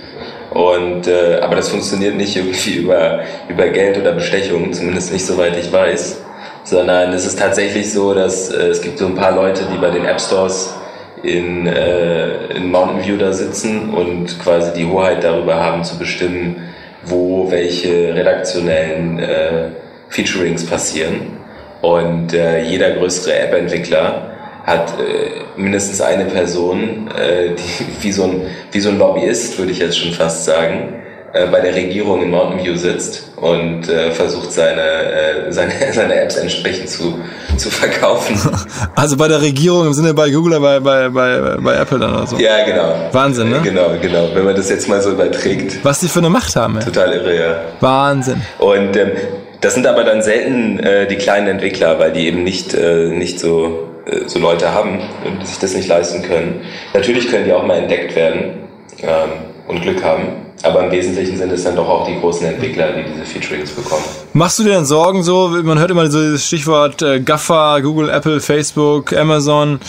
Und, äh, aber das funktioniert nicht irgendwie über, über Geld oder Bestechung, zumindest nicht soweit ich weiß, sondern es ist tatsächlich so, dass äh, es gibt so ein paar Leute, die bei den App Stores in, äh, in Mountain View da sitzen und quasi die Hoheit darüber haben zu bestimmen, wo welche redaktionellen äh, Featurings passieren. Und äh, jeder größere App-Entwickler hat äh, mindestens eine Person, äh, die wie so ein wie so ein Lobbyist, würde ich jetzt schon fast sagen, äh, bei der Regierung in Mountain View sitzt und äh, versucht seine äh, seine seine Apps entsprechend zu zu verkaufen. Also bei der Regierung im Sinne bei Google, bei bei bei bei Apple dann oder so. Ja, genau. Wahnsinn, ne? Genau, genau. Wenn man das jetzt mal so überträgt. Was die für eine Macht haben. Ey. Total irre, ja. Wahnsinn. Und ähm, das sind aber dann selten äh, die kleinen Entwickler, weil die eben nicht äh, nicht so so Leute haben, die sich das nicht leisten können. Natürlich können die auch mal entdeckt werden ähm, und Glück haben, aber im Wesentlichen sind es dann doch auch die großen Entwickler, die diese Featurings bekommen. Machst du dir denn Sorgen so, man hört immer so dieses Stichwort äh, GAFA, Google, Apple, Facebook, Amazon,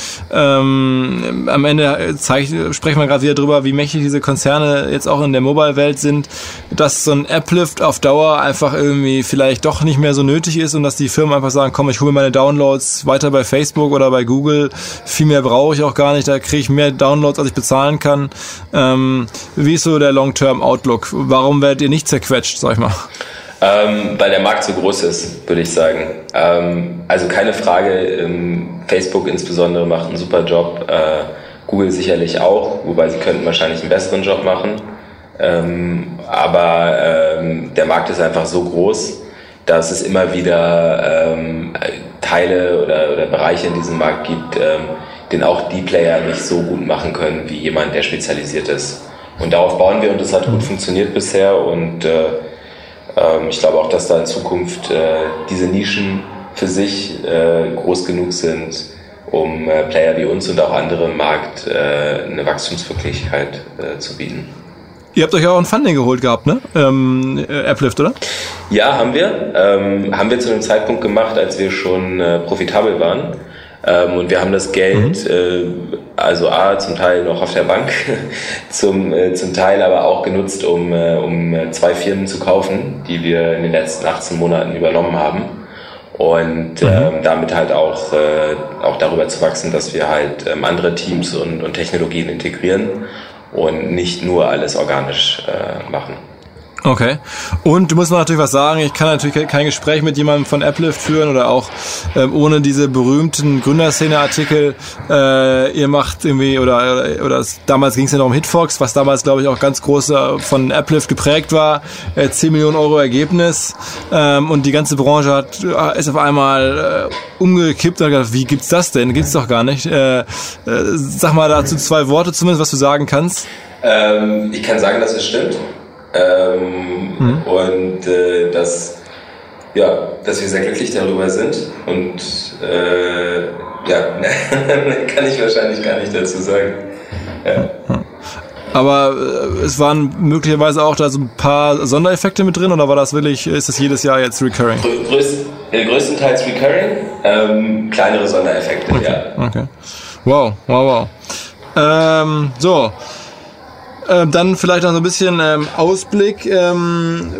ähm, am Ende zeig, sprechen wir gerade wieder drüber, wie mächtig diese Konzerne jetzt auch in der Mobile-Welt sind, dass so ein App-Lift auf Dauer einfach irgendwie vielleicht doch nicht mehr so nötig ist und dass die Firmen einfach sagen, komm, ich hole mir meine Downloads weiter bei Facebook oder bei Google, viel mehr brauche ich auch gar nicht, da kriege ich mehr Downloads, als ich bezahlen kann. Ähm, wie ist so der Long-Term-Outlook? Warum werdet ihr nicht zerquetscht, sag ich mal? Ähm, weil der Markt so groß ist, würde ich sagen. Ähm, also keine Frage, ähm, Facebook insbesondere macht einen super Job, äh, Google sicherlich auch, wobei sie könnten wahrscheinlich einen besseren Job machen. Ähm, aber ähm, der Markt ist einfach so groß, dass es immer wieder ähm, Teile oder, oder Bereiche in diesem Markt gibt, ähm, den auch die Player nicht so gut machen können wie jemand, der spezialisiert ist. Und darauf bauen wir und das hat gut funktioniert bisher und äh, ähm, ich glaube auch, dass da in Zukunft äh, diese Nischen für sich äh, groß genug sind, um äh, Player wie uns und auch andere im Markt äh, eine Wachstumsmöglichkeit äh, zu bieten. Ihr habt euch auch ein Funding geholt gehabt, ne? Ähm, Applift, oder? Ja, haben wir. Ähm, haben wir zu einem Zeitpunkt gemacht, als wir schon äh, profitabel waren. Ähm, und wir haben das Geld, mhm. äh, also A, zum Teil noch auf der Bank, zum, äh, zum Teil aber auch genutzt, um, äh, um zwei Firmen zu kaufen, die wir in den letzten achtzehn Monaten übernommen haben. Und mhm. ähm, damit halt auch, äh, auch darüber zu wachsen, dass wir halt ähm, andere Teams und, und Technologien integrieren und nicht nur alles organisch äh, machen. Okay. Und du musst mir natürlich was sagen, ich kann natürlich kein Gespräch mit jemandem von Applift führen oder auch ähm, ohne diese berühmten Gründerszene-Artikel, äh, ihr macht irgendwie, oder oder, oder damals ging es ja noch um Hitfox, was damals, glaube ich, auch ganz groß äh, von Applift geprägt war, äh, zehn Millionen Euro Ergebnis ähm, und die ganze Branche hat ist auf einmal äh, umgekippt und hat gedacht, wie gibt's das denn? Gibt's doch gar nicht. Äh, äh, sag mal dazu zwei Worte zumindest, was du sagen kannst. Ähm, ich kann sagen, dass es stimmt. Ähm, mhm. Und äh, dass, ja, dass wir sehr glücklich darüber sind und äh, ja, kann ich wahrscheinlich gar nicht dazu sagen. Ja. Aber äh, es waren möglicherweise auch da so ein paar Sondereffekte mit drin oder war das wirklich, ist das jedes Jahr jetzt recurring? Größt, äh, größtenteils recurring, ähm, kleinere Sondereffekte, okay. ja. Okay. Wow, wow, wow. Ähm, so. Dann vielleicht noch so ein bisschen ähm, Ausblick. Ähm,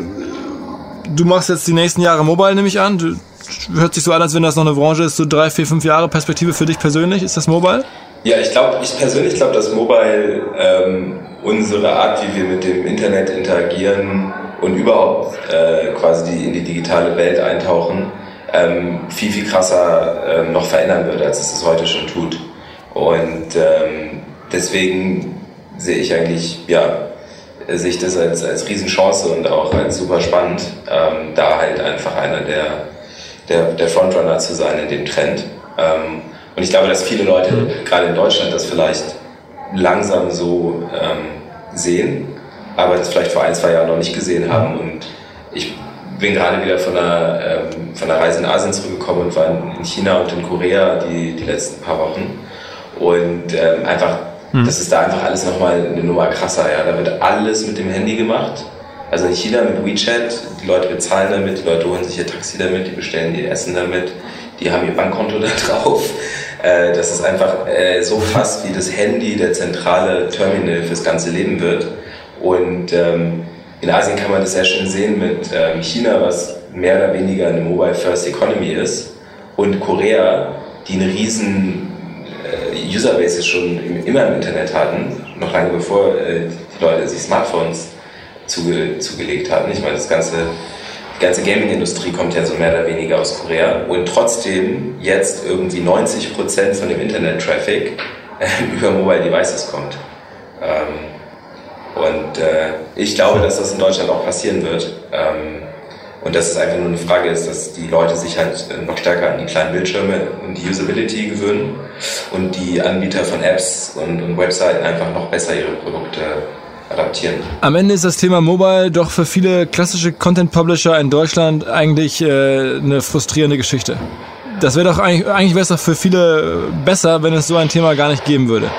du machst jetzt die nächsten Jahre Mobile, nehme ich an. Du, hört sich so an, als wenn das noch eine Branche ist, so drei, vier, fünf Jahre Perspektive für dich persönlich. Ist das Mobile? Ja, ich glaube, ich persönlich glaube, dass Mobile ähm, unsere Art, wie wir mit dem Internet interagieren und überhaupt äh, quasi die, in die digitale Welt eintauchen, ähm, viel, viel krasser äh, noch verändern wird, als es das heute schon tut. Und ähm, deswegen sehe ich eigentlich, ja, sehe ich das als, als Riesenchance und auch als super spannend, ähm, da halt einfach einer der, der, der Frontrunner zu sein in dem Trend. Ähm, und ich glaube, dass viele Leute, mhm. gerade in Deutschland, das vielleicht langsam so ähm, sehen, aber das vielleicht vor ein, zwei Jahren noch nicht gesehen haben. Und ich bin gerade wieder von einer, ähm, von einer Reise in Asien zurückgekommen und war in China und in Korea die, die letzten paar Wochen. Und ähm, einfach das ist da einfach alles nochmal eine Nummer krasser. Ja. Da wird alles mit dem Handy gemacht. Also in China mit WeChat, die Leute bezahlen damit, die Leute holen sich ihr Taxi damit, die bestellen ihr Essen damit, die haben ihr Bankkonto da drauf. Äh, das ist einfach äh, so krass, wie das Handy der zentrale Terminal fürs ganze Leben wird. Und ähm, in Asien kann man das sehr schön sehen mit ähm, China, was mehr oder weniger eine Mobile First Economy ist, und Korea, die eine riesen äh, Userbase schon im, immer im Internet hatten, noch lange bevor äh, die Leute sich Smartphones zuge, zugelegt hatten. Ich meine, das ganze, die ganze Gaming-Industrie kommt ja so mehr oder weniger aus Korea, und trotzdem jetzt irgendwie neunzig Prozent von dem Internet-Traffic äh, über Mobile Devices kommt. Ähm, und äh, ich glaube, dass das in Deutschland auch passieren wird. Ähm, Und dass es einfach nur eine Frage ist, dass die Leute sich halt noch stärker an die kleinen Bildschirme und die Usability gewöhnen und die Anbieter von Apps und, und Webseiten einfach noch besser ihre Produkte adaptieren. Am Ende ist das Thema Mobile doch für viele klassische Content-Publisher in Deutschland eigentlich äh, eine frustrierende Geschichte. Das wäre doch eigentlich, eigentlich wäre es doch für viele besser, wenn es so ein Thema gar nicht geben würde.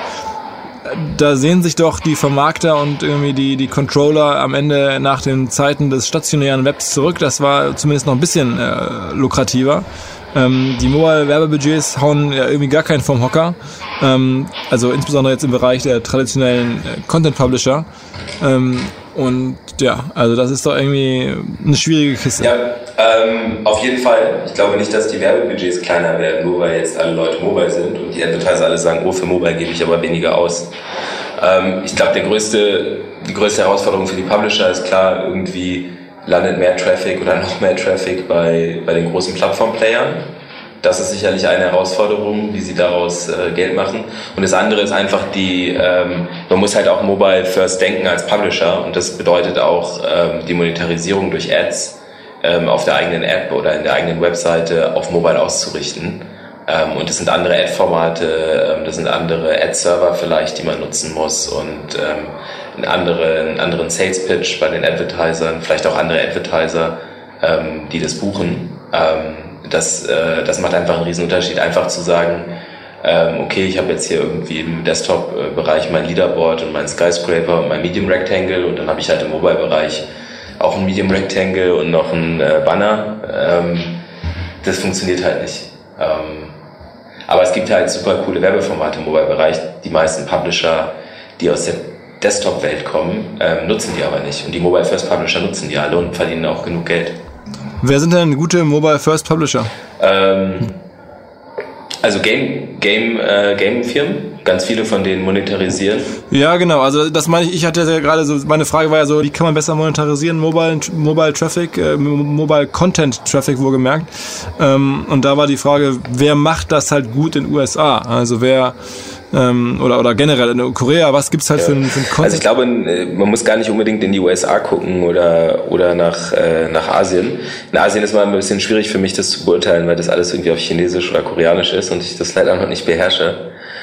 Da sehen sich doch die Vermarkter und irgendwie die, die Controller am Ende nach den Zeiten des stationären Webs zurück. Das war zumindest noch ein bisschen äh, lukrativer. Ähm, die Mobile-Werbebudgets hauen ja irgendwie gar keinen vom Hocker. Ähm, also insbesondere jetzt im Bereich der traditionellen äh, Content-Publisher. Ähm, und ja, also das ist doch irgendwie eine schwierige Kiste. Ja, ähm, auf jeden Fall. Ich glaube nicht, dass die Werbebudgets kleiner werden, nur weil jetzt alle Leute Mobile sind und die Advertiser alle sagen, oh, für Mobile gebe ich aber weniger aus. Ähm, ich glaube, der größte, die größte Herausforderung für die Publisher ist klar, irgendwie landet mehr Traffic oder noch mehr Traffic bei, bei den großen Plattform-Playern. Das ist sicherlich eine Herausforderung, wie sie daraus äh, Geld machen. Und das andere ist einfach die, ähm, man muss halt auch Mobile First denken als Publisher, und das bedeutet auch ähm, die Monetarisierung durch Ads ähm, auf der eigenen App oder in der eigenen Webseite auf Mobile auszurichten. Ähm, und das sind andere Ad-Formate, ähm, das sind andere Ad-Server vielleicht, die man nutzen muss, und ähm, einen anderen, einen anderen Sales-Pitch bei den Advertisern, vielleicht auch andere Advertiser, ähm, die das buchen. Ähm, Das, äh, das macht einfach einen riesen Unterschied, einfach zu sagen, ähm, okay, ich habe jetzt hier irgendwie im Desktop-Bereich mein Leaderboard und mein Skyscraper und mein Medium Rectangle, und dann habe ich halt im Mobile-Bereich auch ein Medium Rectangle und noch ein äh, Banner. Ähm, das funktioniert halt nicht. Ähm, aber es gibt halt super coole Werbeformate im Mobile-Bereich. Die meisten Publisher, die aus der Desktop-Welt kommen, ähm, nutzen die aber nicht. Und die Mobile-First-Publisher nutzen die alle und verdienen auch genug Geld. Wer sind denn gute Mobile First Publisher? Ähm, also Game, Game, äh, Game-Firmen, ganz viele von denen monetarisieren. Ja, genau. Also das meine ich. Ich hatte ja gerade so, meine Frage war ja so, wie kann man besser monetarisieren? Mobile, Mobile Traffic, äh, Mobile Content Traffic wohlgemerkt. Ähm, und da war die Frage, wer macht das halt gut in den U S A? Also wer ähm, oder oder generell in Korea, was gibt's halt ja. für einen für Content? Also ich glaube, man muss gar nicht unbedingt in die U S A gucken oder oder nach äh, nach Asien. In Asien ist mal ein bisschen schwierig für mich, das zu beurteilen, weil das alles irgendwie auf Chinesisch oder Koreanisch ist und ich das leider noch nicht beherrsche.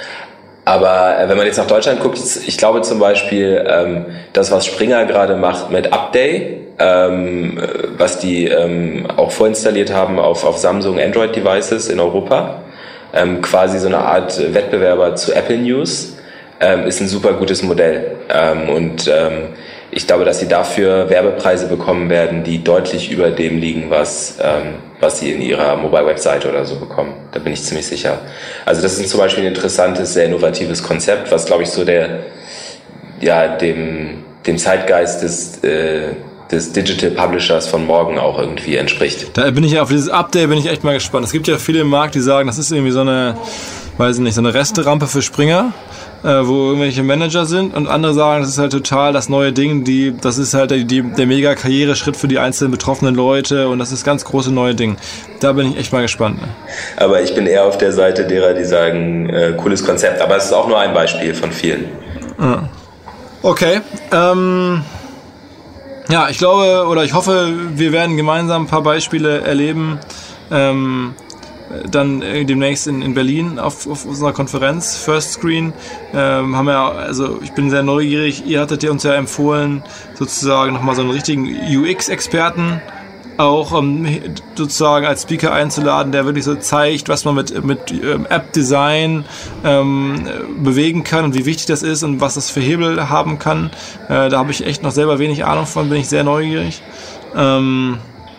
Aber äh, wenn man jetzt nach Deutschland guckt, ich glaube zum Beispiel, ähm, das, was Springer gerade macht mit Update, ähm, was die ähm, auch vorinstalliert haben auf auf Samsung Android Devices in Europa, Ähm, quasi so eine Art Wettbewerber zu Apple News, ähm, ist ein super gutes Modell. Ähm, und ähm, ich glaube, dass sie dafür Werbepreise bekommen werden, die deutlich über dem liegen, was, ähm, was sie in ihrer Mobile-Webseite oder so bekommen. Da bin ich ziemlich sicher. Also das ist zum Beispiel ein interessantes, sehr innovatives Konzept, was, glaube ich, so der, ja, dem, dem Zeitgeist des, äh, des Digital Publishers von morgen auch irgendwie entspricht. Da bin ich ja auf dieses Update bin ich echt mal gespannt. Es gibt ja viele im Markt, die sagen, das ist irgendwie so eine, weiß ich nicht, so eine Resterampe für Springer, äh, wo irgendwelche Manager sind, und andere sagen, das ist halt total das neue Ding, die, das ist halt die, die, der mega Karriereschritt für die einzelnen betroffenen Leute, und das ist das ganz große neue Ding. Da bin ich echt mal gespannt. Ne? Aber ich bin eher auf der Seite derer, die sagen, äh, cooles Konzept. Aber es ist auch nur ein Beispiel von vielen. Ja. Okay, ähm... Ja, ich glaube oder ich hoffe, wir werden gemeinsam ein paar Beispiele erleben, ähm, dann demnächst in, in Berlin auf, auf unserer Konferenz First Screen. Ähm, haben wir, also ich bin sehr neugierig. Ihr hattet ja uns ja empfohlen, sozusagen nochmal so einen richtigen U X-Experten auch ähm, sozusagen als Speaker einzuladen, der wirklich so zeigt, was man mit, mit ähm, App-Design ähm, bewegen kann und wie wichtig das ist und was das für Hebel haben kann. Äh, da habe ich echt noch selber wenig Ahnung von, bin ich sehr neugierig. Ähm,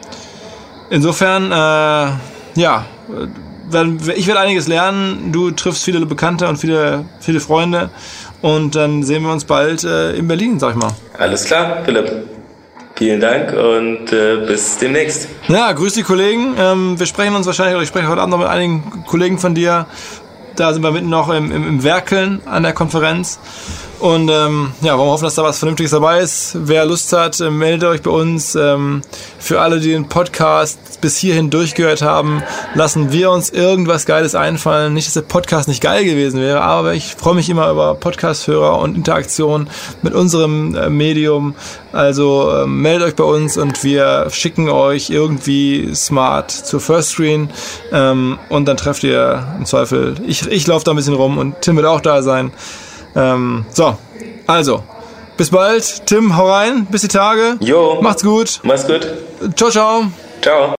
insofern, äh, ja, ich werde einiges lernen. Du triffst viele Bekannte und viele, viele Freunde. Und dann sehen wir uns bald äh, in Berlin, sag ich mal. Alles klar, Philipp. Vielen Dank und äh, bis demnächst. Ja, grüß die Kollegen. Ähm, wir sprechen uns wahrscheinlich, oder ich spreche heute Abend noch mit einigen Kollegen von dir. Da sind wir mitten noch im, im, im Werkeln an der Konferenz. Und ähm, ja, wollen wir hoffen, dass da was Vernünftiges dabei ist. Wer Lust hat, äh, meldet euch bei uns. Ähm, für alle, die den Podcast bis hierhin durchgehört haben, lassen wir uns irgendwas Geiles einfallen. Nicht, dass der Podcast nicht geil gewesen wäre, aber ich freue mich immer über Podcast-Hörer und Interaktion mit unserem äh, Medium. Also äh, meldet euch bei uns und wir schicken euch irgendwie smart zur First Screen. Ähm, und dann trefft ihr im Zweifel. Ich, ich laufe da ein bisschen rum und Tim wird auch da sein. Ähm, so, also, bis bald. Tim, hau rein, bis die Tage. Jo. Macht's gut. Mach's gut. Ciao, ciao. Ciao.